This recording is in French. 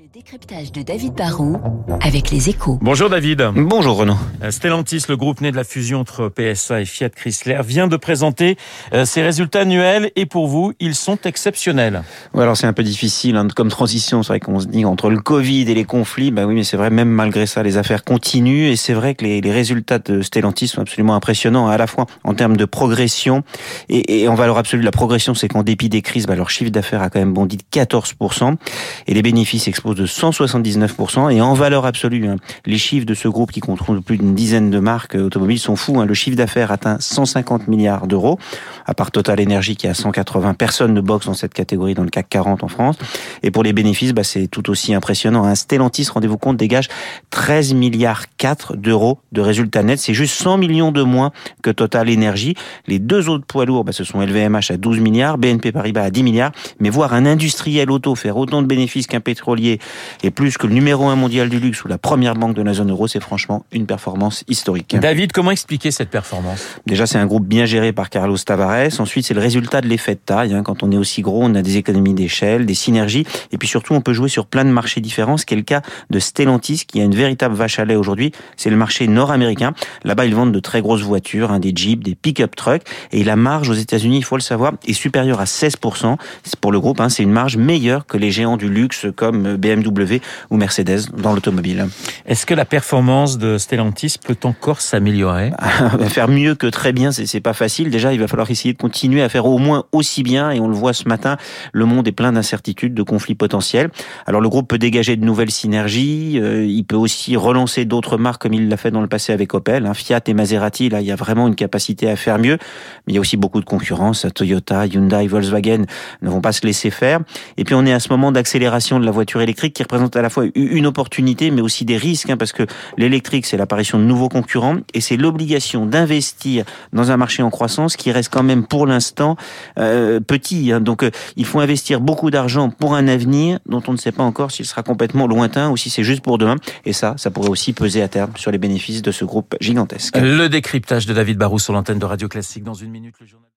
Le décryptage de David Barrault avec Les Échos. Bonjour David. Bonjour Renaud. Stellantis, le groupe né de la fusion entre PSA et Fiat Chrysler, vient de présenter ses résultats annuels et pour vous, ils sont exceptionnels. Ouais, alors c'est un peu difficile comme transition, c'est vrai qu'on se dit entre le Covid et les conflits, oui mais c'est vrai, même malgré ça, les affaires continuent et c'est vrai que les résultats de Stellantis sont absolument impressionnants, à la fois en termes de progression et en valeur absolue. La progression, c'est qu'en dépit des crises, leur chiffre d'affaires a quand même bondi de 14% et les bénéfices explosent de 179% et en valeur absolue, les chiffres de ce groupe qui contrôle plus d'une dizaine de marques automobiles sont fous. Le chiffre d'affaires atteint 150 milliards d'euros, à part Total Energy qui a 180. Personne ne boxe dans cette catégorie dans le CAC 40 en France. Et pour les bénéfices, c'est tout aussi impressionnant. Stellantis, rendez-vous compte, dégage 13 milliards 4 d'euros de résultats nets. C'est juste 100 millions de moins que Total Energy. Les deux autres poids lourds, ce sont LVMH à 12 milliards, BNP Paribas à 10 milliards. Mais voir un industriel auto faire autant de bénéfices qu'un pétrolier et plus que le numéro 1 mondial du luxe ou la première banque de la zone euro, c'est franchement une performance historique. David, comment expliquer cette performance ? Déjà, c'est un groupe bien géré par Carlos Tavares. Ensuite, c'est le résultat de l'effet de taille. Quand on est aussi gros, on a des économies d'échelle, des synergies. Et puis surtout, on peut jouer sur plein de marchés différents. Ce qui est le cas de Stellantis, qui a une véritable vache à lait aujourd'hui. C'est le marché nord-américain. Là-bas, ils vendent de très grosses voitures, des Jeeps, des pick-up trucks. Et la marge aux États-Unis, il faut le savoir, est supérieure à 16%. Pour le groupe, c'est une marge meilleure que les géants du luxe comme BMW ou Mercedes dans l'automobile. Est-ce que la performance de Stellantis peut encore s'améliorer ? Faire mieux que très bien, c'est pas facile. Déjà, il va falloir essayer de continuer à faire au moins aussi bien. Et on le voit ce matin, le monde est plein d'incertitudes, de conflits potentiels. Alors le groupe peut dégager de nouvelles synergies. Il peut aussi relancer d'autres marques comme il l'a fait dans le passé avec Opel. Fiat et Maserati, là, il y a vraiment une capacité à faire mieux. Mais il y a aussi beaucoup de concurrence. Toyota, Hyundai, Volkswagen ne vont pas se laisser faire. Et puis on est à ce moment d'accélération de la voiture électrique qui représente à la fois une opportunité mais aussi des risques, parce que l'électrique, c'est l'apparition de nouveaux concurrents et c'est l'obligation d'investir dans un marché en croissance qui reste quand même pour l'instant petit. Donc il faut investir beaucoup d'argent pour un avenir dont on ne sait pas encore s'il sera complètement lointain ou si c'est juste pour demain. Et ça pourrait aussi peser à terme sur les bénéfices de ce groupe gigantesque. Le décryptage de David Barrault sur l'antenne de Radio Classique dans une minute. Le journal